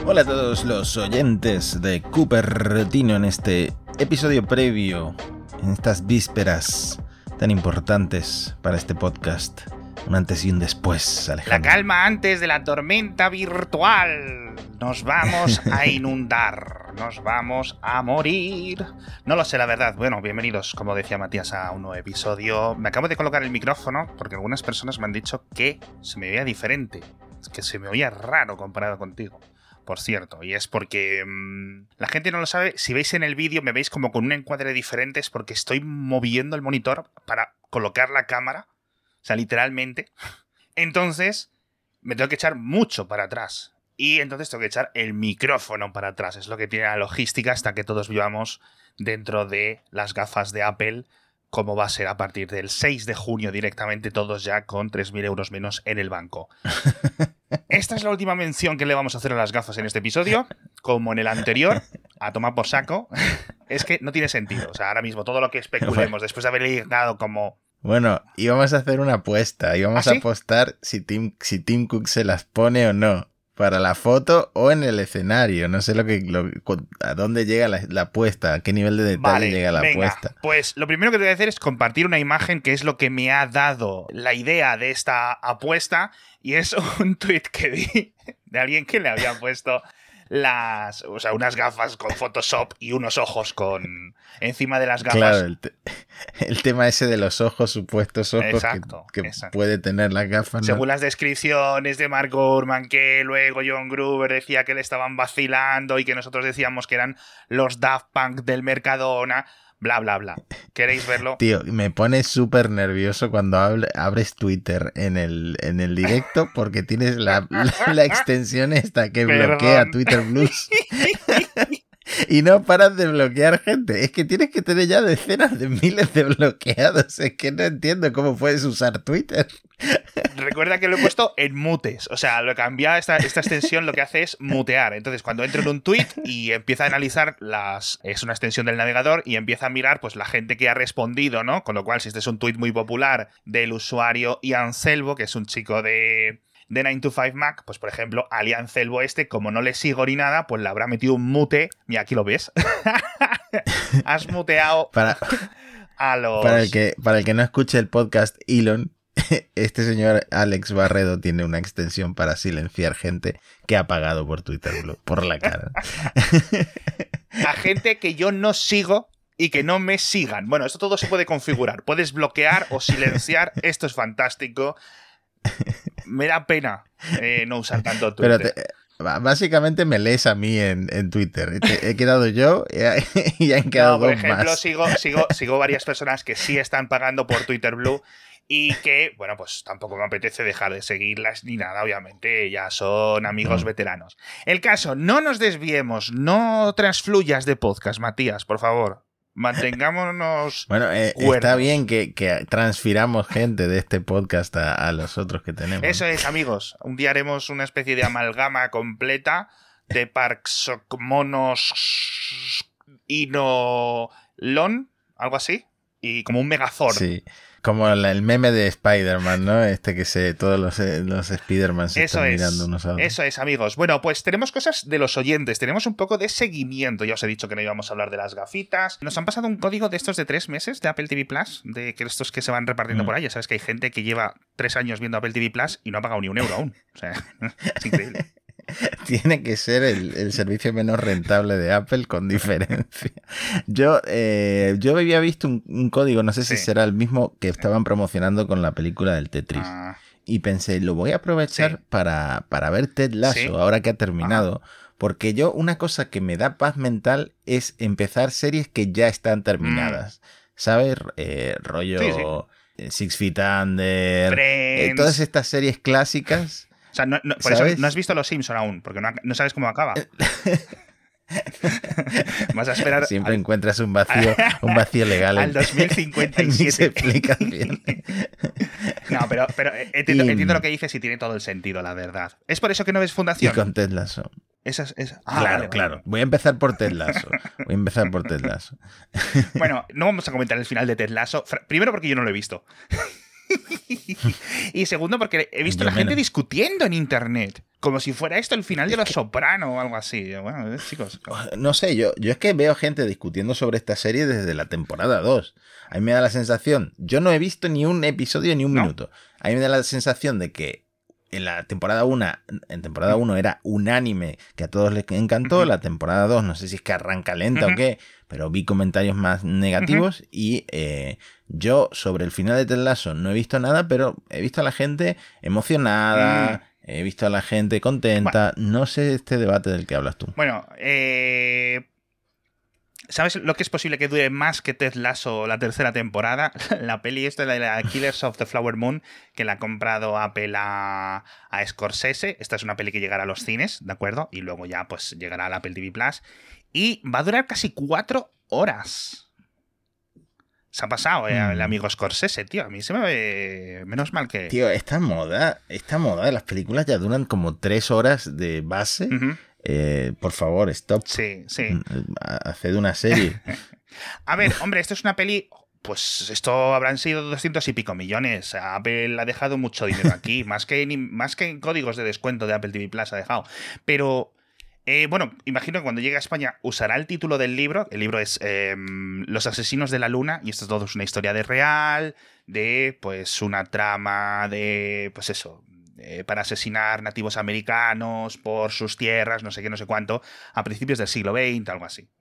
Hola a todos los oyentes de Cupertino en este episodio previo, en estas vísperas tan importantes para este podcast. Un antes y un después, Alejandro. La calma antes de la tormenta virtual. Nos vamos a inundar. Nos vamos a morir. No lo sé, la verdad. Bueno, bienvenidos, como decía Matías, a un nuevo episodio. Me acabo de colocar el micrófono porque algunas personas me han dicho que se me veía diferente. Que se me oía raro comparado contigo. Por cierto, y es porque la gente no lo sabe. Si veis en el vídeo me veis como con un encuadre diferente, es porque estoy moviendo el monitor para colocar la cámara. O sea, literalmente. Entonces, me tengo que echar mucho para atrás. Y entonces tengo que echar el micrófono para atrás. Es lo que tiene la logística hasta que todos vivamos dentro de las gafas de Apple, como va a ser a partir del 6 de junio directamente, todos ya con 3.000 euros menos en el banco. Esta es la última mención que le vamos a hacer a las gafas en este episodio. Como en el anterior, a tomar por saco. Es que no tiene sentido. O sea, ahora mismo todo lo que especulemos después de haber llegado como... Bueno, íbamos a hacer una apuesta. Íbamos ¿Ah, sí? a apostar si Tim Cook se las pone o no. Para la foto o en el escenario. No sé a dónde llega la apuesta, a qué nivel de detalle llega la apuesta. Pues lo primero que te voy a hacer es compartir una imagen que es lo que me ha dado la idea de esta apuesta. Y es un tuit que vi de alguien que le había puesto unas gafas con Photoshop y unos ojos encima de las gafas. Claro, el tema ese de los ojos, supuestos ojos exacto. Puede tener las gafas. Según las descripciones de Mark Gurman, que luego John Gruber decía que le estaban vacilando y que nosotros decíamos que eran los Daft Punk del Mercadona, bla, bla, bla. ¿Queréis verlo? Tío, me pone súper nervioso cuando abres Twitter en el directo porque tienes la extensión esta que bloquea Twitter Blues. Y no paras de bloquear gente. Es que tienes que tener ya decenas de miles de bloqueados. Es que no entiendo cómo puedes usar Twitter. Recuerda que lo he puesto en mutes. O sea, lo he cambiado, esta extensión lo que hace es mutear. Entonces, cuando entro en un tweet y empieza a analizar es una extensión del navegador y empieza a mirar pues la gente que ha respondido, ¿no? Con lo cual, si este es un tweet muy popular del usuario Ian Selvo, que es un chico de 9to5Mac, pues por ejemplo, a Ian Selvo como no le sigo ni nada, pues le habrá metido un mute. Mira, aquí lo ves. Has muteado a los... Para el que no escuche el podcast Elon, este señor Alex Barredo tiene una extensión para silenciar gente que ha pagado por Twitter Blue, por la cara. A gente que yo no sigo y que no me sigan. Bueno, esto todo se puede configurar. Puedes bloquear o silenciar. Esto es fantástico. Me da pena no usar tanto Twitter. Pero básicamente me lees a mí en Twitter. He quedado yo y han quedado por dos ejemplo, más. sigo varias personas que sí están pagando por Twitter Blue y que, bueno, pues tampoco me apetece dejar de seguirlas ni nada, obviamente. Ya son amigos veteranos. El caso, no nos desviemos, no transfluyas de podcast, Matías, por favor. Mantengámonos. Bueno, está bien que transfiramos gente de este podcast a los otros que tenemos. Eso es, amigos. Un día haremos una especie de amalgama completa de Parxomonos Inolon, algo así, y como un Megazord. Sí, como el meme de Spider-Man, ¿no? Todos los Spider-Man se están mirando unos a otros. Eso es, amigos. Bueno, pues tenemos cosas de los oyentes, tenemos un poco de seguimiento. Ya os he dicho que no íbamos a hablar de las gafitas. Nos han pasado un código de estos de 3 meses de Apple TV Plus, de que estos que se van repartiendo por ahí. Ya sabes que hay gente que lleva 3 años viendo Apple TV Plus y no ha pagado ni €1 aún. O sea, es increíble. Tiene que ser el servicio menos rentable de Apple con diferencia. Yo había visto un código, no sé si será el mismo que estaban promocionando con la película del Tetris. Y pensé, lo voy a aprovechar para ver Ted Lasso, ahora que ha terminado. Porque una cosa que me da paz mental es empezar series que ya están terminadas. ¿Sabes? Rollo Six Feet Under, todas estas series clásicas. O sea, por eso no has visto Los Simpson aún, porque no sabes cómo acaba. Vas a esperar. Siempre encuentras un vacío legal. Al 2057. Se explica bien. No, pero entiendo lo que dices y tiene todo el sentido, la verdad. ¿Es por eso que no ves Fundación? Y con Ted Lasso. Claro. Voy a empezar por Ted Lasso. Bueno, no vamos a comentar el final de Ted Lasso. Primero porque yo no lo he visto. Y segundo porque he visto a la gente discutiendo en internet. como si fuera esto el final de Los Soprano o algo así. Bueno, chicos. No sé, yo es que veo gente discutiendo sobre esta serie desde la temporada 2. A mí me da la sensación, yo no he visto ni un episodio ni un minuto. A mí me da la sensación de que en la temporada 1 era unánime, que a todos les encantó. La temporada 2 no sé si es que arranca lenta o qué, pero vi comentarios más negativos. Y yo sobre el final de Ted Lasso no he visto nada, pero he visto a la gente emocionada. He visto a la gente contenta. Bueno, no sé este debate del que hablas tú. Bueno, ¿sabes lo que es posible que dure más que Ted Lasso la tercera temporada? La peli esta de la Killers of the Flower Moon, que la ha comprado Apple a Scorsese. Esta es una peli que llegará a los cines, ¿de acuerdo? Y luego ya pues llegará al Apple TV Plus. Y va a durar casi 4 horas. Se ha pasado, el amigo Scorsese, tío. A mí se me ve... Menos mal que... Tío, esta moda de las películas ya duran como 3 horas de base. Por favor, stop. Sí. Haced una serie. A ver, hombre, esto es una peli... Pues esto habrán sido 200 y pico millones. Apple ha dejado mucho dinero aquí. más que en códigos de descuento de Apple TV Plus ha dejado. Pero... bueno, imagino que cuando llegue a España usará el título del libro. El libro es Los asesinos de la luna, y esto todo es una historia de real, de pues una trama de, pues eso, para asesinar nativos americanos por sus tierras, no sé qué, no sé cuánto, a principios del siglo XX, algo así.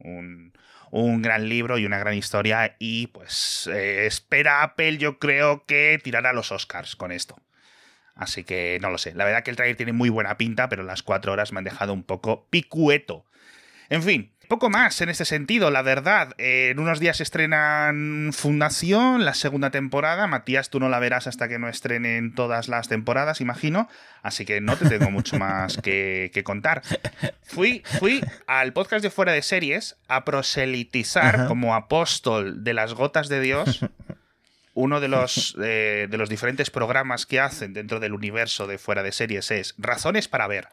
Un gran libro y una gran historia, y pues espera Apple, yo creo que tirará los Oscars con esto. Así que no lo sé. La verdad que el trailer tiene muy buena pinta, pero las 4 horas me han dejado un poco picueto. En fin, poco más en este sentido, la verdad. En unos días estrenan Fundación, la segunda temporada. Matías, tú no la verás hasta que no estrenen todas las temporadas, imagino. Así que no te tengo mucho más que contar. Fui al podcast de Fuera de Series a proselitizar como apóstol de las gotas de Dios. Uno de los diferentes programas que hacen dentro del universo de Fuera de Series es Razones para Ver.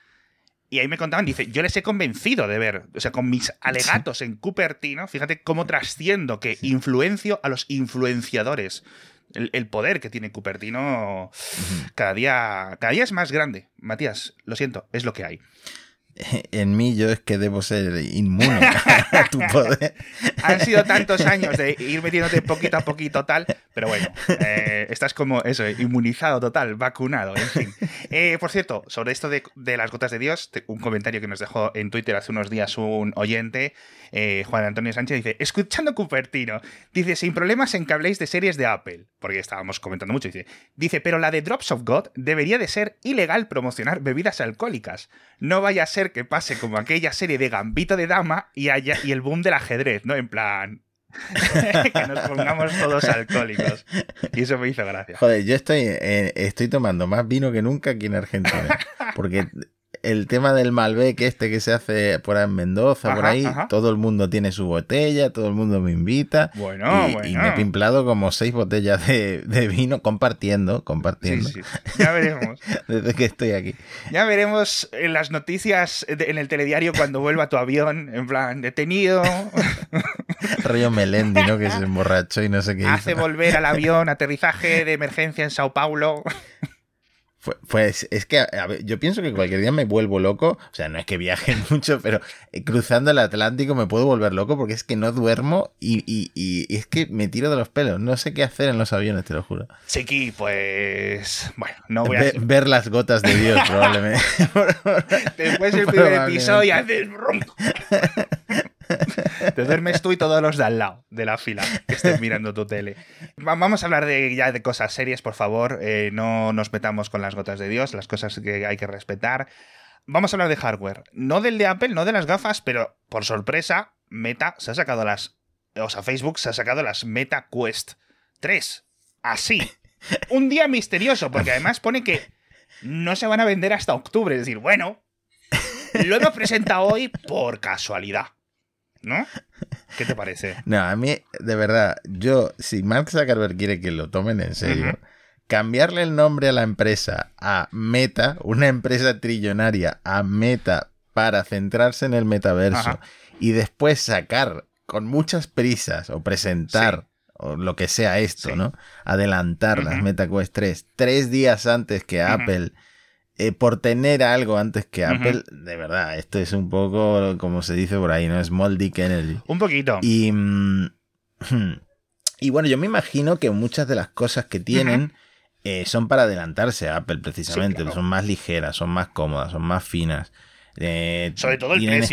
Y ahí me contaban, dice, yo les he convencido de ver, o sea, con mis alegatos en Cupertino, fíjate cómo trasciendo, que influencio a los influenciadores. El poder que tiene Cupertino cada día es más grande. Matías, lo siento, es lo que hay. En mí yo es que debo ser inmune a tu poder. Han sido tantos años de ir metiéndote poquito a poquito tal, pero bueno, estás como eso, inmunizado total, vacunado, en fin. Por cierto, sobre esto de las gotas de Dios, un comentario que nos dejó en Twitter hace unos días un oyente, Juan Antonio Sánchez, dice, escuchando Cupertino, dice, sin problemas en que habléis de series de Apple, porque estábamos comentando mucho, dice, pero la de Drops of God debería de ser ilegal promocionar bebidas alcohólicas. No vaya a ser que pase como aquella serie de Gambito de Dama y el boom del ajedrez, ¿no? En plan... que nos pongamos todos alcohólicos. Y eso me hizo gracia. Joder, yo estoy tomando más vino que nunca aquí en Argentina. Porque el tema del Malbec que se hace por ahí en Mendoza, por ahí, todo el mundo tiene su botella, todo el mundo me invita. Y me he pimplado como 6 botellas de vino compartiendo. Sí. Ya veremos. Desde que estoy aquí. Ya veremos en las noticias, en el telediario, cuando vuelva tu avión, en plan, detenido. Rollo Melendi, ¿no? Que se emborrachó y no sé qué hizo. Hace volver al avión, aterrizaje de emergencia en Sao Paulo. Pues es que, a ver, yo pienso que cualquier día me vuelvo loco. O sea, no es que viaje mucho, pero cruzando el Atlántico me puedo volver loco porque es que no duermo y es que me tiro de los pelos. No sé qué hacer en los aviones, te lo juro. Chiqui, pues... Bueno, no voy a... Ver las gotas de Dios, probablemente. Después del primer episodio haces... Te duermes tú y todos los de al lado de la fila que estén mirando tu tele. Vamos a hablar ya de cosas serias, por favor. No nos metamos con las gotas de Dios, las cosas que hay que respetar. Vamos a hablar de hardware. No del de Apple, no de las gafas, pero por sorpresa, Meta se ha sacado Facebook se ha sacado las Meta Quest 3. Así. Un día misterioso, porque además pone que no se van a vender hasta octubre. Es decir, bueno, lo hemos presentado hoy por casualidad. ¿No? ¿Qué te parece? No, a mí, de verdad, si Mark Zuckerberg quiere que lo tomen en serio, cambiarle el nombre a la empresa a Meta, una empresa trillonaria, a Meta para centrarse en el metaverso y después sacar con muchas prisas o presentar o lo que sea esto, ¿no? Adelantar las Meta Quest 3 días antes que Apple por tener algo antes que Apple, de verdad, esto es un poco, como se dice por ahí, ¿no? Small Dick Energy. Un poquito. Y bueno, yo me imagino que muchas de las cosas que tienen son para adelantarse a Apple, precisamente. Sí, claro. Son más ligeras, son más cómodas, son más finas. Sobre todo el precio.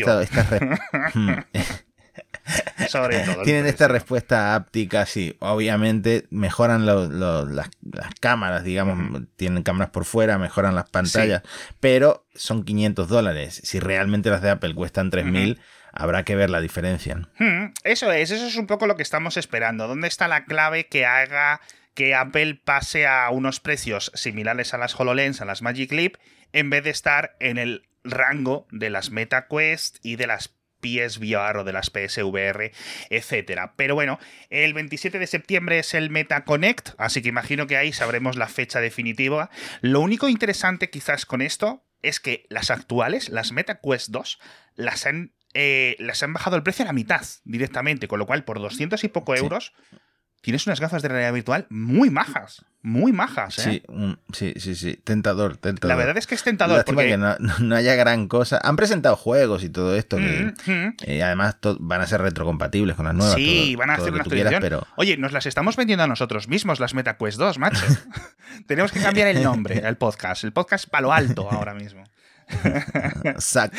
Sobre todo tienen esta respuesta áptica, sí. Obviamente mejoran las cámaras, digamos, tienen cámaras por fuera, mejoran las pantallas, pero son $500. Si realmente las de Apple cuestan 3.000, habrá que ver la diferencia. Eso es un poco lo que estamos esperando. ¿Dónde está la clave que haga que Apple pase a unos precios similares a las HoloLens, a las Magic Leap, en vez de estar en el rango de las MetaQuest y de las PSVR o de las PSVR, etcétera? Pero bueno, el 27 de septiembre es el MetaConnect, así que imagino que ahí sabremos la fecha definitiva. Lo único interesante quizás con esto es que las actuales, las MetaQuest 2, las han bajado el precio a la mitad directamente, con lo cual por 200 y poco euros tienes unas gafas de realidad virtual muy majas, ¿eh? Sí, tentador. La verdad es que es tentador. Lástima porque que no haya gran cosa. Han presentado juegos y todo esto que además van a ser retrocompatibles con las nuevas. Sí, van a hacer una actualización. Pero... Oye, nos las estamos vendiendo a nosotros mismos, las MetaQuest 2, macho. Tenemos que cambiar el nombre al podcast. El podcast Palo Alto ahora mismo. Zack.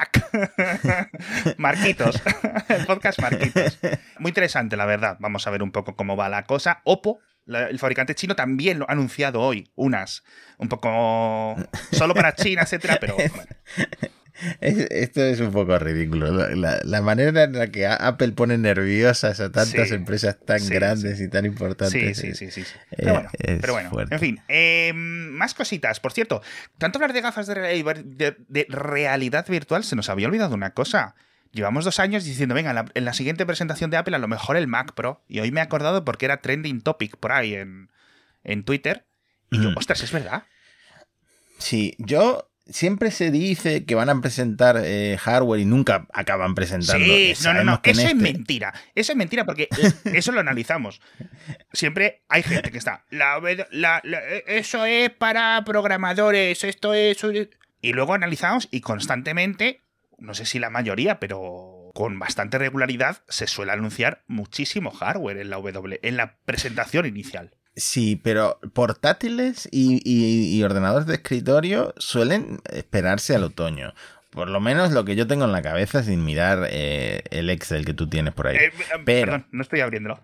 Marquitos. El podcast Marquitos. Muy interesante, la verdad. Vamos a ver un poco cómo va la cosa. Oppo, el fabricante chino, también lo ha anunciado hoy. Unas un poco solo para China, etcétera, pero bueno. Esto es un poco ridículo. La manera en la que Apple pone nerviosas a tantas empresas tan grandes y tan importantes. Sí. Pero bueno, en fin. Más cositas. Por cierto, tanto hablar de gafas de realidad virtual, se nos había olvidado una cosa. Llevamos 2 años diciendo, venga, en la siguiente presentación de Apple a lo mejor el Mac Pro. Y hoy me he acordado porque era trending topic por ahí en Twitter. Y yo, ostras, ¿es verdad? Sí, siempre se dice que van a presentar hardware y nunca acaban presentando. Sí, no. Eso es mentira. Eso es mentira porque eso lo analizamos. Siempre hay gente que está. Eso es para programadores, esto es... Y luego analizamos y constantemente, no sé si la mayoría, pero con bastante regularidad, se suele anunciar muchísimo hardware en la presentación inicial. Sí, pero portátiles y ordenadores de escritorio suelen esperarse al otoño. Por lo menos lo que yo tengo en la cabeza sin mirar el Excel que tú tienes por ahí. Perdón, no estoy abriéndolo.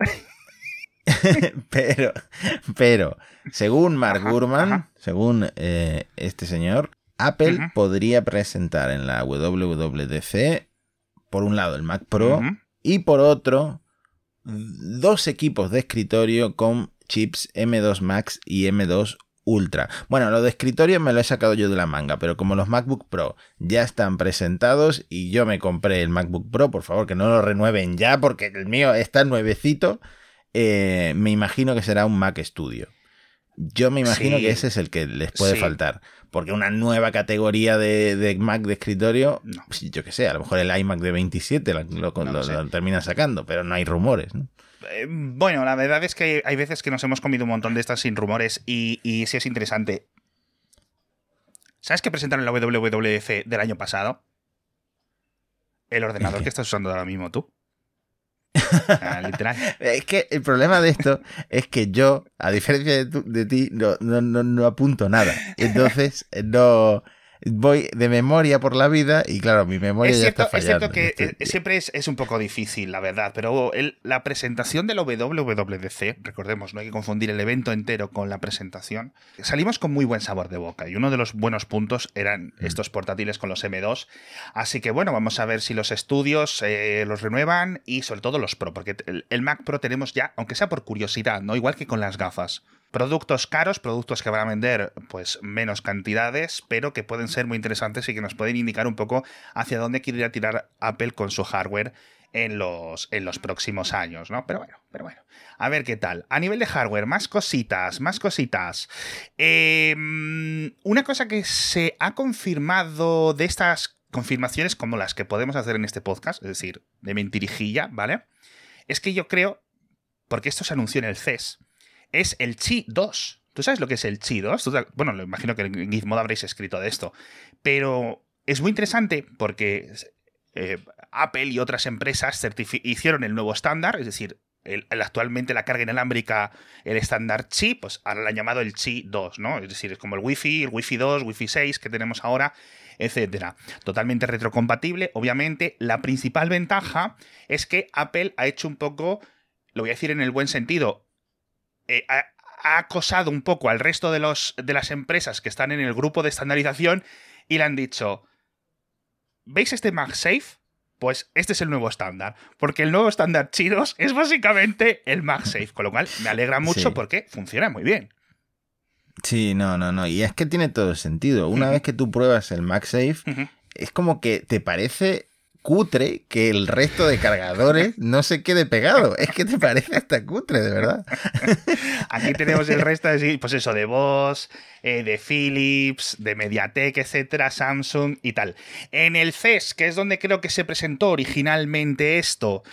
pero según Mark Gurman, según este señor, Apple podría presentar en la WWDC, por un lado el Mac Pro y por otro 2 equipos de escritorio con chips M2 Max y M2 Ultra. Bueno, lo de escritorio me lo he sacado yo de la manga, pero como los MacBook Pro ya están presentados y yo me compré el MacBook Pro, por favor que no lo renueven ya porque el mío está nuevecito, me imagino que será un Mac Studio. Yo me imagino que ese es el que les puede faltar, porque una nueva categoría de Mac de escritorio, yo qué sé, a lo mejor el iMac de 27 lo termina sacando, pero no hay rumores, ¿no? Bueno, la verdad es que hay veces que nos hemos comido un montón de estas sin rumores y sí es interesante. ¿Sabes qué presentaron en la WWDC del año pasado? El ordenador que estás usando ahora mismo tú. Literal. Es que el problema de esto es que yo, a diferencia de ti, no apunto nada. Entonces, no... Voy de memoria por la vida y claro, mi memoria ya está fallando. Es cierto que siempre es un poco difícil, la verdad, pero la presentación de la WWDC, recordemos, no hay que confundir el evento entero con la presentación, salimos con muy buen sabor de boca y uno de los buenos puntos eran estos portátiles con los M2, así que bueno, vamos a ver si los estudios los renuevan y sobre todo los Pro, porque el Mac Pro tenemos ya, aunque sea por curiosidad, ¿no? Igual que con las gafas. Productos caros, productos que van a vender pues menos cantidades, pero que pueden ser muy interesantes y que nos pueden indicar un poco hacia dónde quiere tirar Apple con su hardware en los próximos años, ¿no? Pero bueno. A ver qué tal. A nivel de hardware, más cositas. Una cosa que se ha confirmado de estas confirmaciones como las que podemos hacer en este podcast, es decir, de mentirijilla, ¿vale? Es que yo creo, porque esto se anunció en el CES, es el Qi 2, ¿Tú sabes lo que es el Qi 2? Bueno, lo imagino que en Gizmodo habréis escrito de esto. Pero es muy interesante porque Apple y otras empresas hicieron el nuevo estándar, es decir, actualmente la carga inalámbrica, el estándar Qi, pues ahora lo han llamado el Qi 2, ¿no? Es decir, es como el Wi-Fi 2, Wi-Fi 6 que tenemos ahora, etcétera. Totalmente retrocompatible, obviamente. La principal ventaja es que Apple ha hecho un poco, lo voy a decir en el buen sentido, ha acosado un poco al resto de las empresas que están en el grupo de estandarización y le han dicho, ¿veis este MagSafe? Pues este es el nuevo estándar, porque el nuevo estándar Qi 2 es básicamente el MagSafe, con lo cual me alegra mucho porque funciona muy bien. Sí, no, y es que tiene todo el sentido. Una vez que tú pruebas el MagSafe, es como que te parece cutre que el resto de cargadores no se quede pegado. Es que te parece hasta cutre, de verdad. Aquí tenemos el resto de, pues eso, de Bosch, de Philips, de MediaTek, etcétera, Samsung y tal. En el CES, que es donde creo que se presentó originalmente esto,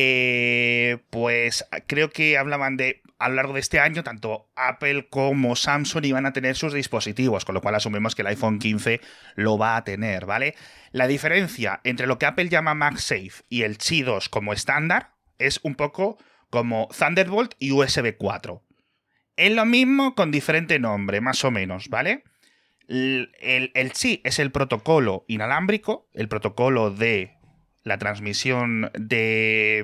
pues creo que hablaban de, a lo largo de este año, tanto Apple como Samsung iban a tener sus dispositivos, con lo cual asumimos que el iPhone 15 lo va a tener, ¿vale? La diferencia entre lo que Apple llama MagSafe y el Qi 2 como estándar es un poco como Thunderbolt y USB 4. Es lo mismo con diferente nombre, más o menos, ¿vale? El Qi es el protocolo inalámbrico, el protocolo de la transmisión de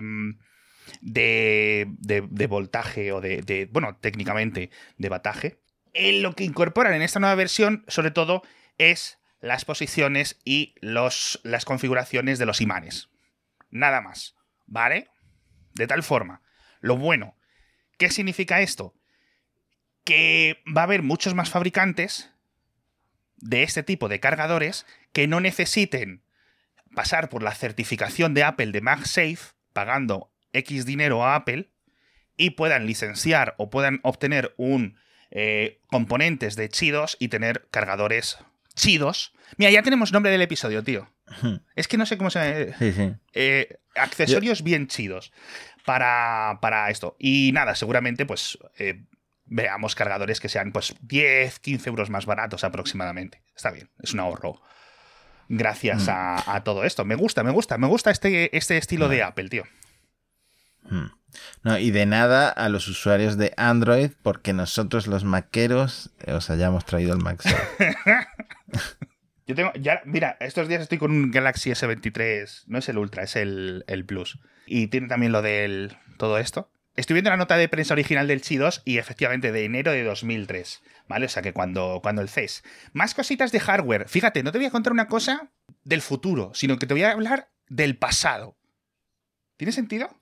voltaje o bueno, técnicamente de bataje. Lo que incorporan en esta nueva versión, sobre todo, es las posiciones y las configuraciones de los imanes. Nada más, ¿vale? De tal forma. Lo bueno, ¿qué significa esto? Que va a haber muchos más fabricantes de este tipo de cargadores que no necesiten pasar por la certificación de Apple de MagSafe, pagando X dinero a Apple, y puedan licenciar o puedan obtener componentes de Qi 2 y tener cargadores chidos. Mira, ya tenemos nombre del episodio, tío. Es que no sé cómo se... Sí. Accesorios bien chidos para esto. Y nada, seguramente pues veamos cargadores que sean pues 10, 15 euros más baratos aproximadamente. Está bien, es un ahorro. Gracias a todo esto. Me gusta este estilo de Apple, tío. No, y de nada a los usuarios de Android, porque nosotros los maqueros os hayamos traído el MagSafe. Yo tengo, ya, mira, estos días estoy con un Galaxy S23, no es el Ultra, es el Plus. Y tiene también lo del todo esto. Estoy viendo la nota de prensa original del Qi 2 y efectivamente de enero de 2003, ¿vale? O sea que cuando el CES. Más cositas de hardware. Fíjate, no te voy a contar una cosa del futuro, sino que te voy a hablar del pasado. ¿Tiene sentido?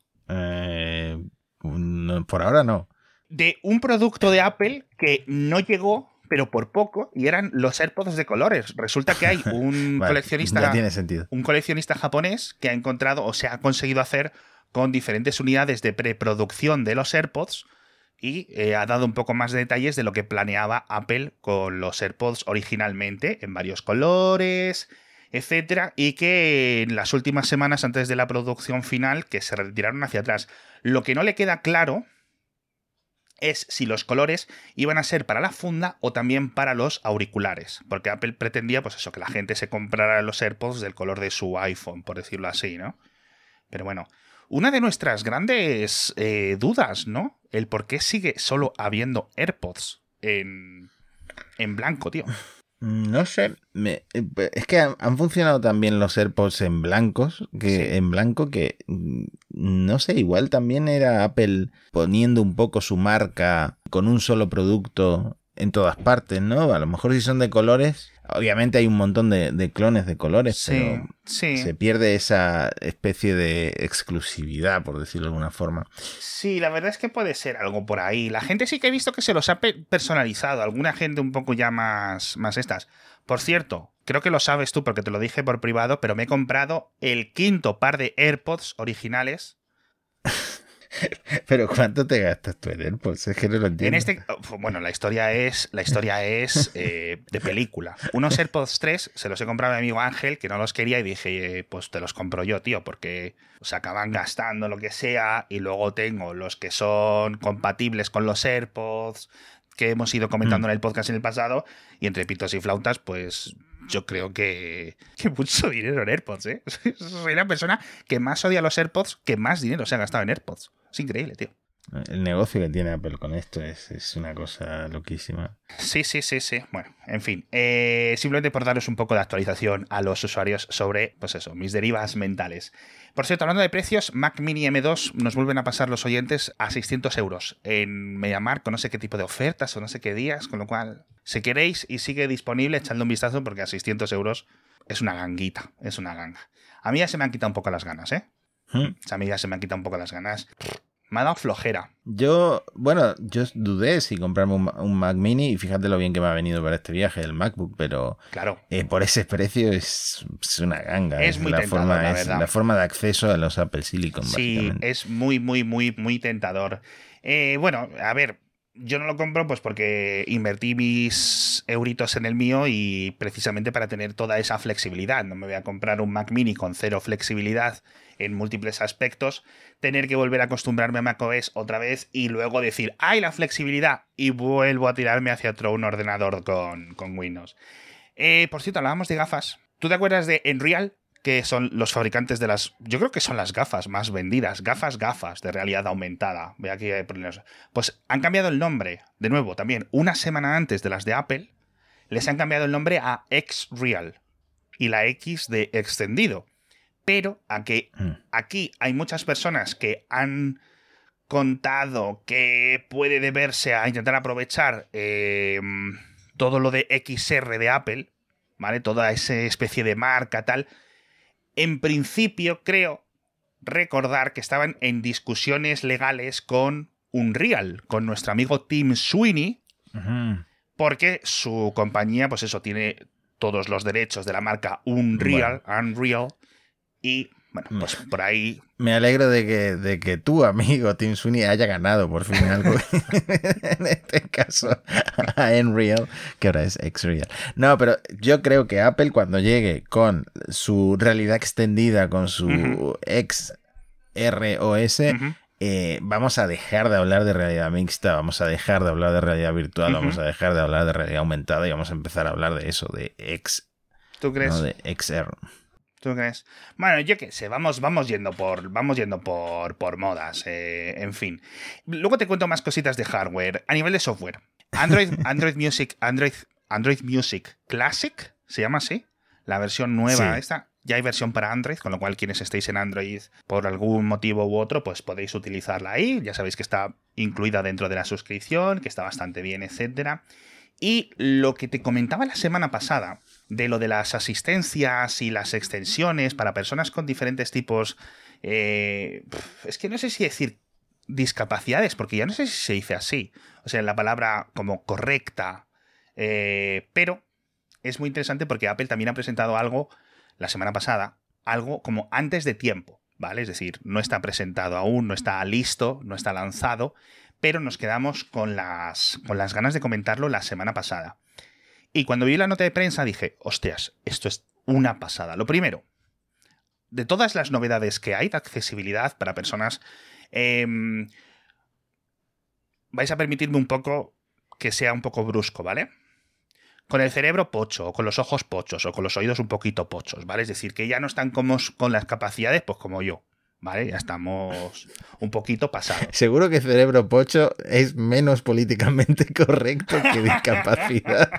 No, por ahora no. De un producto de Apple que no llegó, pero por poco, y eran los AirPods de colores. Resulta que hay un vale, coleccionista. Ya tiene sentido. Un coleccionista japonés que ha encontrado o se ha conseguido hacer con diferentes unidades de preproducción de los AirPods y ha dado un poco más de detalles de lo que planeaba Apple con los AirPods originalmente, en varios colores, etcétera, y que en las últimas semanas antes de la producción final que se retiraron hacia atrás. Lo que no le queda claro es si los colores iban a ser para la funda o también para los auriculares, porque Apple pretendía pues eso, que la gente se comprara los AirPods del color de su iPhone, por decirlo así, ¿no? Pero bueno, una de nuestras grandes dudas, ¿no? El por qué sigue solo habiendo AirPods en blanco, tío. No sé, es que han funcionado también los AirPods en blancos, en blanco, que no sé, igual también era Apple poniendo un poco su marca con un solo producto en todas partes, ¿no? A lo mejor si son de colores, obviamente hay un montón de clones de colores, pero se pierde esa especie de exclusividad, por decirlo de alguna forma. Sí, la verdad es que puede ser algo por ahí. La gente sí que he visto que se los ha personalizado, alguna gente un poco ya más estas. Por cierto, creo que lo sabes tú porque te lo dije por privado, pero me he comprado el 5º par de AirPods originales. Pero ¿cuánto te gastas tú en AirPods? Es que no lo entiendo. Bueno, la historia es de película. Unos AirPods 3 se los he comprado a mi amigo Ángel, que no los quería, y dije, pues te los compro yo, tío, porque se acaban gastando lo que sea, y luego tengo los que son compatibles con los AirPods, que hemos ido comentando en el podcast en el pasado, y entre pitos y flautas, pues yo creo que mucho dinero en AirPods, ¿eh? Soy la persona que más odia los AirPods, que más dinero se ha gastado en AirPods. Es increíble, tío. El negocio que tiene Apple con esto es una cosa loquísima. Sí. Bueno, en fin. Simplemente por daros un poco de actualización a los usuarios sobre, pues eso, mis derivas mentales. Por cierto, hablando de precios, Mac Mini M2 nos vuelven a pasar los oyentes a 600 euros en MediaMarkt, con no sé qué tipo de ofertas o no sé qué días, con lo cual, si queréis y sigue disponible, echadle un vistazo porque a 600 euros es una ganguita, es una ganga. A mí ya se me han quitado un poco las ganas, ¿eh? A mí ya se me han quitado un poco las ganas. Me ha dado flojera. Yo dudé si comprarme un Mac Mini y fíjate lo bien que me ha venido para este viaje el MacBook, pero claro, por ese precio es una ganga. Es muy tentador, la verdad. La forma de acceso a los Apple Silicon, sí, básicamente. Es muy tentador. Bueno, a ver, yo no lo compro pues porque invertí mis euritos en el mío y precisamente para tener toda esa flexibilidad. No me voy a comprar un Mac Mini con cero flexibilidad en múltiples aspectos, tener que volver a acostumbrarme a macOS otra vez y luego decir, ¡ay, la flexibilidad! Y vuelvo a tirarme hacia un ordenador con Windows. Por cierto, hablábamos de gafas. ¿Tú te acuerdas de Nreal? Que son los fabricantes de las... Yo creo que son las gafas más vendidas. Gafas de realidad aumentada. Ve aquí hay problemas. Pues han cambiado el nombre. De nuevo, también, una semana antes de las de Apple, les han cambiado el nombre a X-Real. Y la X de extendido. Pero aquí hay muchas personas que han contado que puede deberse a intentar aprovechar todo lo de XR de Apple, ¿vale? Toda esa especie de marca, tal. En principio, creo recordar que estaban en discusiones legales con Unreal, con nuestro amigo Tim Sweeney, porque su compañía, pues eso, tiene todos los derechos de la marca Unreal, y bueno, pues por ahí... Me alegro de que tu amigo Tim Sweeney haya ganado por fin algo. En este caso, a Nreal, que ahora es X-Real. No, pero yo creo que Apple, cuando llegue con su realidad extendida, con su XROS, vamos a dejar de hablar de realidad mixta, vamos a dejar de hablar de realidad virtual, vamos a dejar de hablar de realidad aumentada y vamos a empezar a hablar de eso, de X. ¿Tú crees? No, de XR. ¿Tú crees? Bueno, yo qué sé, vamos yendo por modas, en fin. Luego te cuento más cositas de hardware. A nivel de software, Android Music Classic, ¿se llama así? La versión nueva esta. Ya hay versión para Android, con lo cual quienes estéis en Android por algún motivo u otro, pues podéis utilizarla ahí. Ya sabéis que está incluida dentro de la suscripción, que está bastante bien, etcétera. Y lo que te comentaba la semana pasada, de lo de las asistencias y las extensiones para personas con diferentes tipos... es que no sé si decir discapacidades, porque ya no sé si se dice así. O sea, la palabra como correcta. Pero es muy interesante porque Apple también ha presentado algo la semana pasada, algo como antes de tiempo, ¿vale? Es decir, no está presentado aún, no está listo, no está lanzado, pero nos quedamos con las ganas de comentarlo la semana pasada. Y cuando vi la nota de prensa dije, hostias, esto es una pasada. Lo primero, de todas las novedades que hay de accesibilidad para personas, vais a permitirme un poco que sea un poco brusco, ¿vale? Con el cerebro pocho, o con los ojos pochos, o con los oídos un poquito pochos, ¿vale? Es decir, que ya no están con las capacidades, pues como yo, ¿vale? Ya estamos un poquito pasados. Seguro que cerebro pocho es menos políticamente correcto que discapacidad.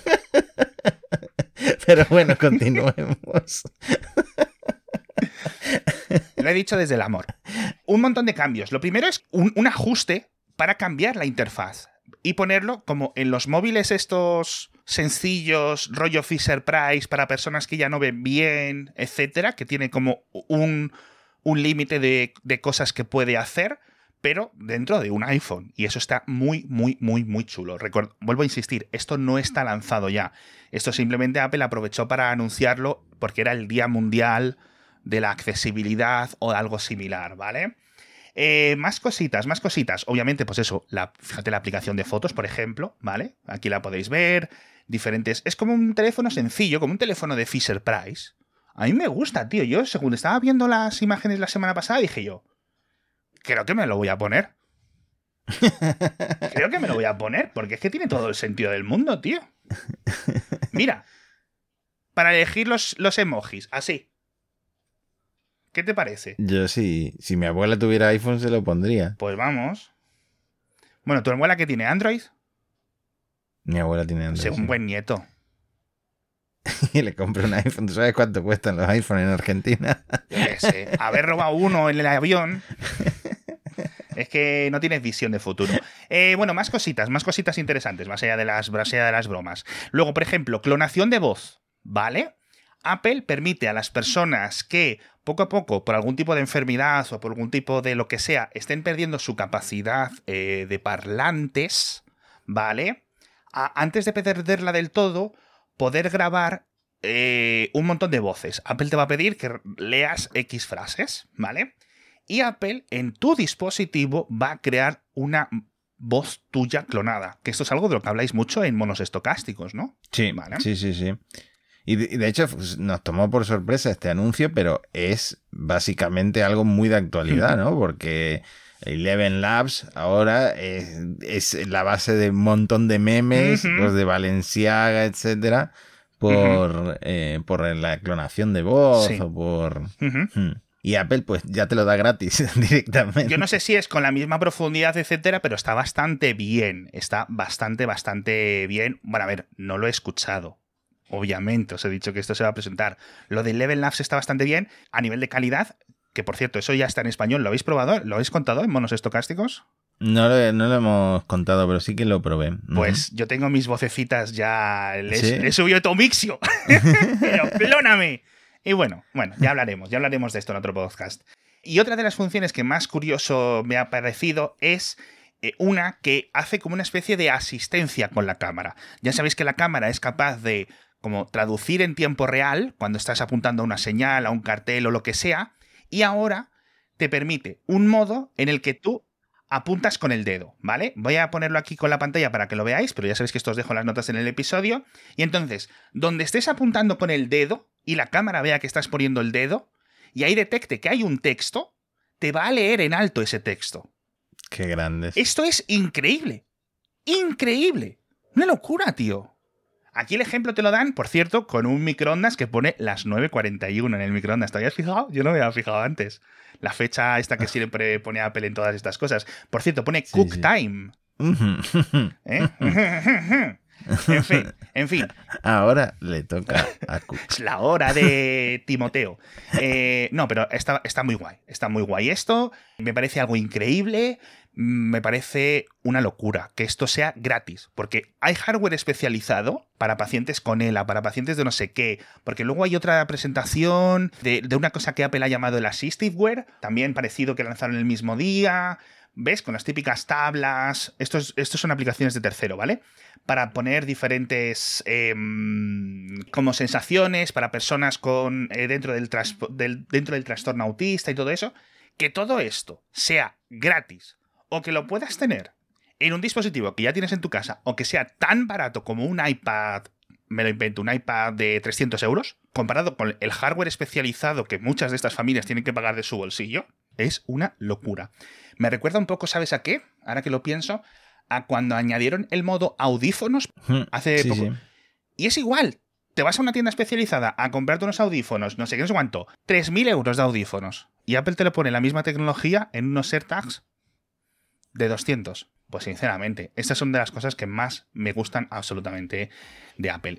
Pero bueno, continuemos. Lo he dicho desde el amor. Un montón de cambios. Lo primero es un ajuste para cambiar la interfaz y ponerlo como en los móviles estos sencillos, rollo Fisher Price, para personas que ya no ven bien, etcétera, que tiene como un límite de cosas que puede hacer, pero dentro de un iPhone. Y eso está muy chulo. Vuelvo a insistir, esto no está lanzado ya. Esto simplemente Apple aprovechó para anunciarlo porque era el Día Mundial de la Accesibilidad o algo similar, ¿vale? Más cositas. Obviamente, pues eso, fíjate la aplicación de fotos, por ejemplo, ¿vale? Aquí la podéis ver. Diferentes. Es como un teléfono sencillo, como un teléfono de Fisher Price. A mí me gusta, tío. Yo, según estaba viendo las imágenes la semana pasada, dije yo, creo que me lo voy a poner. Creo que me lo voy a poner, porque es que tiene todo el sentido del mundo, tío. Mira, para elegir los emojis, así. ¿Qué te parece? Yo sí, si mi abuela tuviera iPhone se lo pondría. Pues vamos. Bueno, ¿tu abuela qué tiene? ¿Android? Mi abuela tiene Android. Un buen nieto. Y le compré un iPhone. ¿Tú sabes cuánto cuestan los iPhones en Argentina? Yo qué sé. Haber robado uno en el avión. Es que no tienes visión de futuro. Bueno, más cositas interesantes, más allá de las bromas. Luego, por ejemplo, clonación de voz, ¿vale? Apple permite a las personas que poco a poco, por algún tipo de enfermedad o por algún tipo de lo que sea, estén perdiendo su capacidad de parlantes, ¿vale? Antes de perderla del todo, poder grabar un montón de voces. Apple te va a pedir que leas X frases, ¿vale? Y Apple en tu dispositivo va a crear una voz tuya clonada. Que esto es algo de lo que habláis mucho en monos estocásticos, ¿no? Sí, ¿vale? Sí. Y de hecho pues, nos tomó por sorpresa este anuncio, pero es básicamente algo muy de actualidad, ¿no? Porque Eleven Labs ahora es la base de un montón de memes, los de Balenciaga, etcétera, por la clonación de voz o por... Y Apple pues ya te lo da gratis directamente. Yo no sé si es con la misma profundidad, etcétera, pero está bastante bien. Está bastante bien. Bueno, a ver, no lo he escuchado. Obviamente, os he dicho que esto se va a presentar. Lo de Eleven Labs está bastante bien. A nivel de calidad, que por cierto, eso ya está en español. ¿Lo habéis probado? ¿Lo habéis contado en monos estocásticos? No lo hemos contado, pero sí que lo probé. Pues yo tengo mis vocecitas ya. Le he subido todo Mixio. Pero clóname. Y bueno, ya hablaremos de esto en otro podcast. Y otra de las funciones que más curioso me ha parecido es una que hace como una especie de asistencia con la cámara. Ya sabéis que la cámara es capaz de como traducir en tiempo real cuando estás apuntando a una señal, a un cartel o lo que sea, y ahora te permite un modo en el que tú apuntas con el dedo, ¿vale? Voy a ponerlo aquí con la pantalla para que lo veáis, pero ya sabéis que esto os dejo las notas en el episodio. Y entonces, donde estés apuntando con el dedo y la cámara vea que estás poniendo el dedo y ahí detecte que hay un texto, te va a leer en alto ese texto. Qué grande. Esto es increíble. Increíble. Una locura, tío. Aquí el ejemplo te lo dan, por cierto, con un microondas que pone las 9:41 en el microondas. ¿Te habías fijado? Yo no me había fijado antes. La fecha esta que siempre pone Apple en todas estas cosas. Por cierto, pone Cook Time. ¿Eh? En fin. Ahora le toca a Cook. Es la hora de Timoteo. No, pero está muy guay. Está muy guay esto. Me parece algo increíble. Me parece una locura que esto sea gratis. Porque hay hardware especializado para pacientes con ELA, para pacientes de no sé qué. Porque luego hay otra presentación de una cosa que Apple ha llamado el Assistiveware. También parecido que lanzaron el mismo día. ¿Ves? Con las típicas tablas. Estos son aplicaciones de tercero, ¿vale? Para poner diferentes como sensaciones para personas con dentro del trastorno autista y todo eso. Que todo esto sea gratis o que lo puedas tener en un dispositivo que ya tienes en tu casa o que sea tan barato como un iPad, me lo invento, un iPad de 300 euros, comparado con el hardware especializado que muchas de estas familias tienen que pagar de su bolsillo, es una locura. Me recuerda un poco, ¿sabes a qué? Ahora que lo pienso, a cuando añadieron el modo audífonos hace poco. Sí. Y es igual. Te vas a una tienda especializada a comprarte unos audífonos, no sé qué, no sé cuánto, 3.000 euros de audífonos. Y Apple te le pone la misma tecnología en unos AirTags de 200. Pues sinceramente, estas son de las cosas que más me gustan absolutamente de Apple.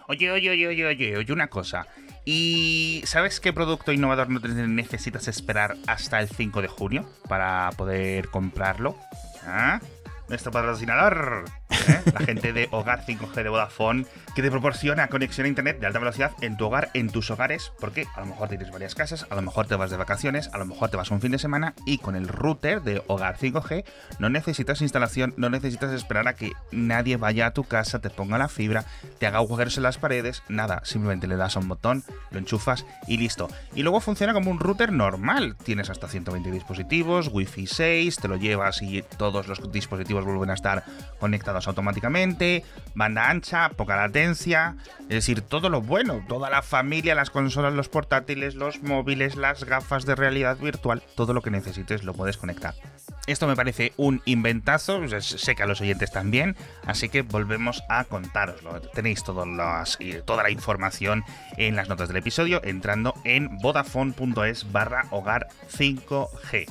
Oye, una cosa. ¿Y sabes qué producto innovador no necesitas esperar hasta el 5 de junio para poder comprarlo? ¿Ah? Nuestro patrocinador, la gente de Hogar 5G de Vodafone, que te proporciona conexión a internet de alta velocidad en tu hogar, en tus hogares, porque a lo mejor tienes varias casas, a lo mejor te vas de vacaciones, a lo mejor te vas un fin de semana y con el router de Hogar 5G no necesitas instalación, no necesitas esperar a que nadie vaya a tu casa, te ponga la fibra, te haga agujeros en las paredes, nada, simplemente le das a un botón, lo enchufas y listo. Y luego funciona como un router normal, tienes hasta 120 dispositivos, Wi-Fi 6, te lo llevas y todos los dispositivos vuelven a estar conectados automáticamente, banda ancha, poca latencia, es decir, todo lo bueno, toda la familia, las consolas, los portátiles, los móviles, las gafas de realidad virtual, todo lo que necesites lo puedes conectar. Esto me parece un inventazo, sé que a los oyentes también, así que volvemos a contároslo. Tenéis toda la información en las notas del episodio entrando en vodafone.es/hogar 5G.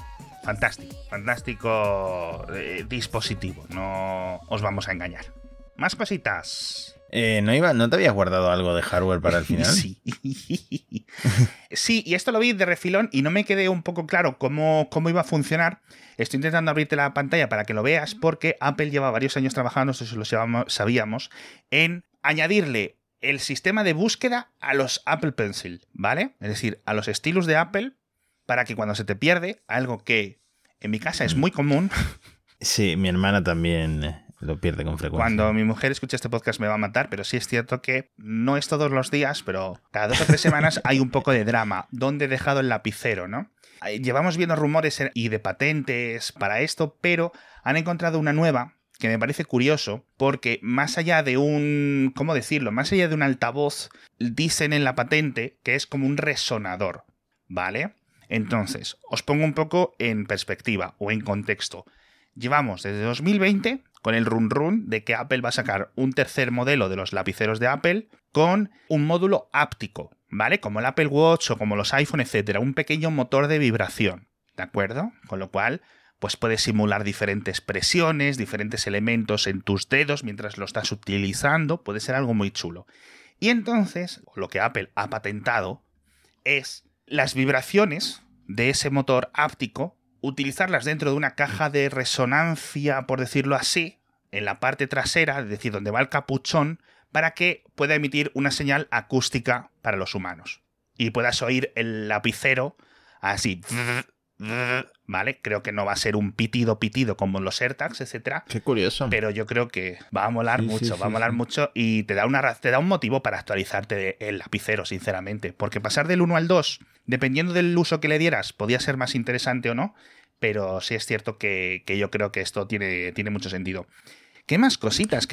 Fantástico dispositivo, no os vamos a engañar. Más cositas. ¿No te habías guardado algo de hardware para el final? Sí. Sí, y esto lo vi de refilón y no me quedé un poco claro cómo iba a funcionar. Estoy intentando abrirte la pantalla para que lo veas porque Apple lleva varios años trabajando, eso lo sabíamos, en añadirle el sistema de búsqueda a los Apple Pencil, ¿vale? Es decir, a los stylus de Apple, para que cuando se te pierde, algo que en mi casa es muy común. Sí, mi hermana también lo pierde con frecuencia. Cuando mi mujer escuche este podcast me va a matar, pero sí es cierto que no es todos los días, pero cada 2 o 3 semanas hay un poco de drama. ¿Dónde he dejado el lapicero, no? Llevamos viendo rumores y de patentes para esto, pero han encontrado una nueva que me parece curioso, porque más allá de un, ¿cómo decirlo? Más allá de un altavoz, dicen en la patente que es como un resonador, ¿vale? Entonces, os pongo un poco en perspectiva o en contexto. Llevamos desde 2020 con el run de que Apple va a sacar un tercer modelo de los lapiceros de Apple con un módulo áptico, ¿vale? Como el Apple Watch o como los iPhone, etcétera, un pequeño motor de vibración, ¿de acuerdo? Con lo cual, pues puedes simular diferentes presiones, diferentes elementos en tus dedos mientras lo estás utilizando, puede ser algo muy chulo. Y entonces, lo que Apple ha patentado es las vibraciones de ese motor áptico, utilizarlas dentro de una caja de resonancia, por decirlo así, en la parte trasera, es decir, donde va el capuchón, para que pueda emitir una señal acústica para los humanos. Y puedas oír el lapicero así, ¿vale? Creo que no va a ser un pitido como los AirTags, etcétera. Qué curioso. Pero yo creo que va a molar mucho y te da un motivo para actualizarte el lapicero, sinceramente. Porque pasar del 1 al 2, dependiendo del uso que le dieras, podía ser más interesante o no, pero sí es cierto que yo creo que esto tiene mucho sentido. ¿Qué más cositas?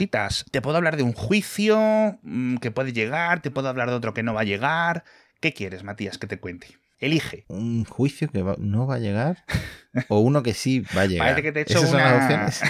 Te puedo hablar de un juicio que puede llegar, te puedo hablar de otro que no va a llegar. ¿Qué quieres, Matías, que te cuente? Elige. ¿Un juicio que no va a llegar? ¿O uno que sí va a llegar? Parece que te he hecho ¿Esas son las opciones?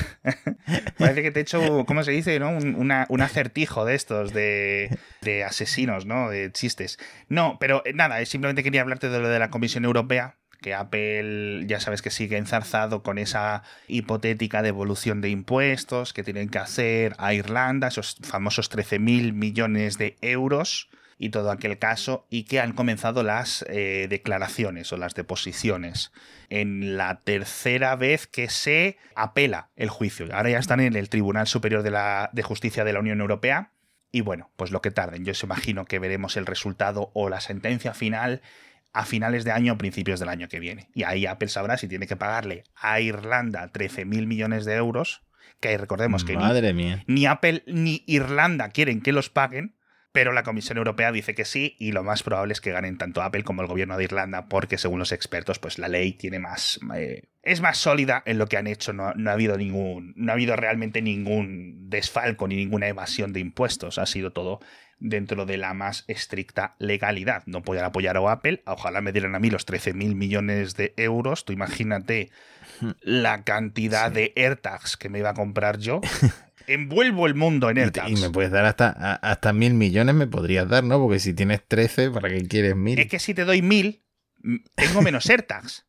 Parece que te he hecho, ¿cómo se dice? ¿No? Un acertijo de estos, de asesinos, ¿no? De chistes. No, pero nada, simplemente quería hablarte de lo de la Comisión Europea, que Apple ya sabes que sigue enzarzado con esa hipotética devolución de impuestos que tienen que hacer a Irlanda, esos famosos 13.000 millones de euros y todo aquel caso, y que han comenzado las declaraciones o las deposiciones en la tercera vez que se apela el juicio. Ahora ya están en el Tribunal Superior de Justicia de la Unión Europea y bueno, pues lo que tarden. Yo os imagino que veremos el resultado o la sentencia final a finales de año o principios del año que viene. Y ahí Apple sabrá si tiene que pagarle a Irlanda 13.000 millones de euros, que recordemos que ni Apple ni Irlanda quieren que los paguen, pero la Comisión Europea dice que sí, y lo más probable es que ganen tanto Apple como el gobierno de Irlanda, porque según los expertos, pues la ley tiene más es más sólida en lo que han hecho. No ha habido realmente ningún desfalco ni ninguna evasión de impuestos. Ha sido todo dentro de la más estricta legalidad. No podían apoyar a Apple. Ojalá me dieran a mí los 13.000 millones de euros. Tú imagínate la cantidad de AirTags que me iba a comprar yo. Envuelvo el mundo en AirTags. Y me puedes dar hasta 1.000 millones, me podrías dar, ¿no? Porque si tienes 13, ¿para qué quieres 1.000? Es que si te doy 1.000, tengo menos AirTags.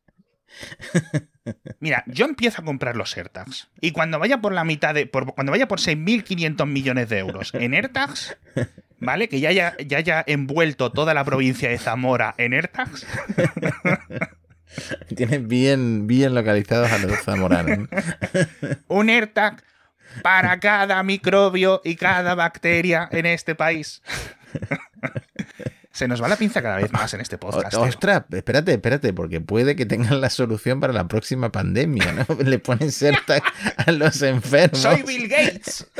Mira, yo empiezo a comprar los AirTags y cuando vaya por la mitad cuando vaya por 6.500 millones de euros en AirTags, ¿vale? Que ya haya envuelto toda la provincia de Zamora en AirTags. Tienes bien localizados a los zamoranos. Un AirTag para cada microbio y cada bacteria en este país. Se nos va la pinza cada vez más en este podcast. Ostras, espérate, porque puede que tengan la solución para la próxima pandemia, ¿no? Le ponen AirTag a los enfermos. ¡Soy Bill Gates!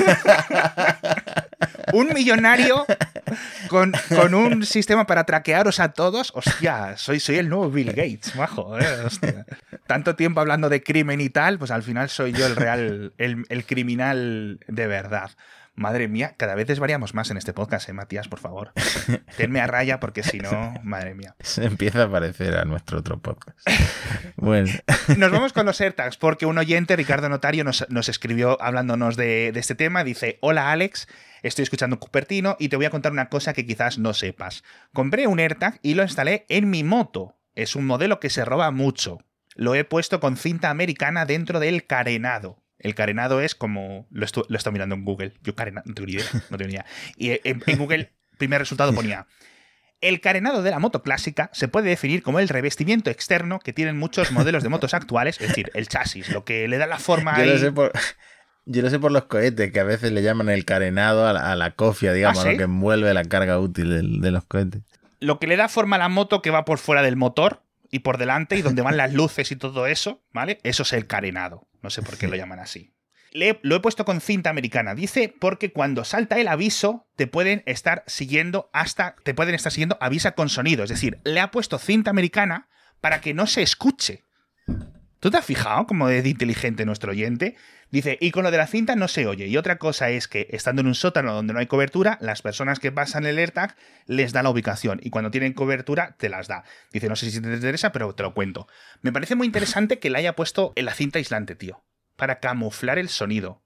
Un millonario con un sistema para traquearos a todos. Hostia, soy el nuevo Bill Gates, majo. Hostia. tanto tiempo hablando de crimen y tal, pues al final soy yo el real, el criminal de verdad. Madre mía, cada vez desvariamos más en este podcast, Matías, por favor. Tenme a raya porque si no, madre mía. Se empieza a parecer a nuestro otro podcast. Bueno. Nos vamos con los AirTags porque un oyente, Ricardo Notario, nos escribió hablándonos de este tema. Dice, hola Alex, estoy escuchando Cupertino y te voy a contar una cosa que quizás no sepas. Compré un AirTag y lo instalé en mi moto. Es un modelo que se roba mucho. Lo he puesto con cinta americana dentro del carenado. El carenado es como... Lo estoy mirando en Google. Yo carenado, no tengo ni idea. No tengo ni idea. Y en Google, primer resultado ponía... El carenado de la moto clásica se puede definir como el revestimiento externo que tienen muchos modelos de motos actuales, es decir, el chasis, lo que le da la forma Yo lo sé por los cohetes, que a veces le llaman el carenado a la cofia, digamos, ¿sí? Lo que envuelve la carga útil de los cohetes. Lo que le da forma a la moto que va por fuera del motor y por delante y donde van las luces y todo eso, ¿vale? Eso es el carenado. No sé por qué lo llaman así. Lo he puesto con cinta americana. Dice porque cuando salta el aviso te pueden estar siguiendo avisa con sonido. Es decir, le ha puesto cinta americana para que no se escuche. ¿Tú te has fijado cómo es inteligente nuestro oyente? Dice, y con lo de la cinta no se oye. Y otra cosa es que estando en un sótano donde no hay cobertura, las personas que pasan el AirTag les da la ubicación. Y cuando tienen cobertura, te las da. Dice, no sé si te interesa, pero te lo cuento. Me parece muy interesante que le haya puesto en la cinta aislante, tío. Para camuflar el sonido.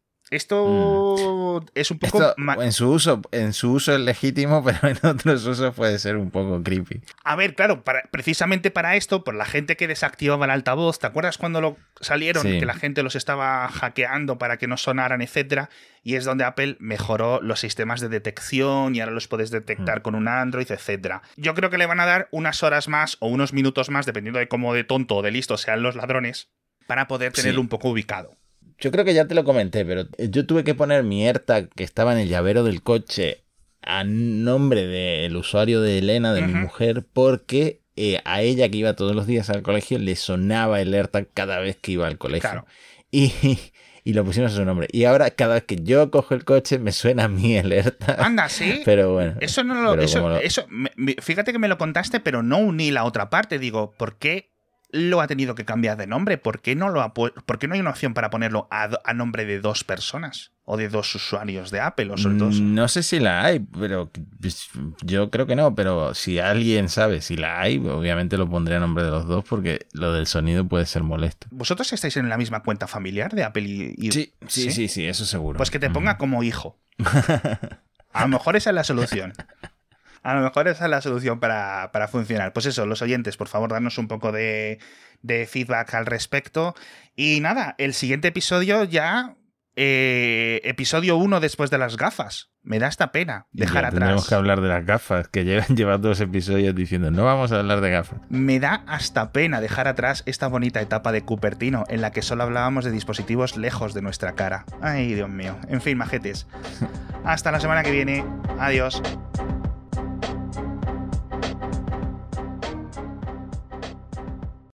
Esto es un poco... En su uso es legítimo, pero en otros usos puede ser un poco creepy. A ver, claro, precisamente para esto, por la gente que desactivaba el altavoz, ¿te acuerdas cuando salieron? Sí. Que la gente los estaba hackeando para que no sonaran, etcétera. Y es donde Apple mejoró los sistemas de detección y ahora los puedes detectar con un Android, etcétera. Yo creo que le van a dar unas horas más o unos minutos más, dependiendo de cómo de tonto o de listo sean los ladrones, para poder tenerlo un poco ubicado. Yo creo que ya te lo comenté, pero yo tuve que poner mi AirTag que estaba en el llavero del coche a nombre del usuario de Elena, de mi mujer, porque a ella, que iba todos los días al colegio, le sonaba el AirTag cada vez que iba al colegio. Claro. Y lo pusimos a su nombre. Y ahora, cada vez que yo cojo el coche, me suena a mí el AirTag. Anda, ¿sí? Pero bueno. Eso no lo... fíjate que me lo contaste, pero no uní la otra parte. Digo, ¿por qué lo ha tenido que cambiar de nombre? ¿Por qué no hay una opción para ponerlo a nombre de dos personas? ¿O de dos usuarios de Apple? ¿O sobre todo? No sé si la hay, pero yo creo que no. Pero si alguien sabe si la hay, obviamente lo pondré a nombre de los dos, porque lo del sonido puede ser molesto. ¿Vosotros estáis en la misma cuenta familiar de Apple y... Sí, eso seguro. Pues que te ponga como hijo. A lo mejor esa es la solución. A lo mejor esa es la solución para funcionar. Pues eso, los oyentes, por favor, darnos un poco de feedback al respecto. Y nada, el siguiente episodio ya... episodio 1 después de las gafas. Me da esta pena dejar atrás. Tenemos que hablar de las gafas, que llevan 2 episodios diciendo no vamos a hablar de gafas. Me da hasta pena dejar atrás esta bonita etapa de Cupertino en la que solo hablábamos de dispositivos lejos de nuestra cara. Ay, Dios mío. En fin, majetes. Hasta la semana que viene. Adiós.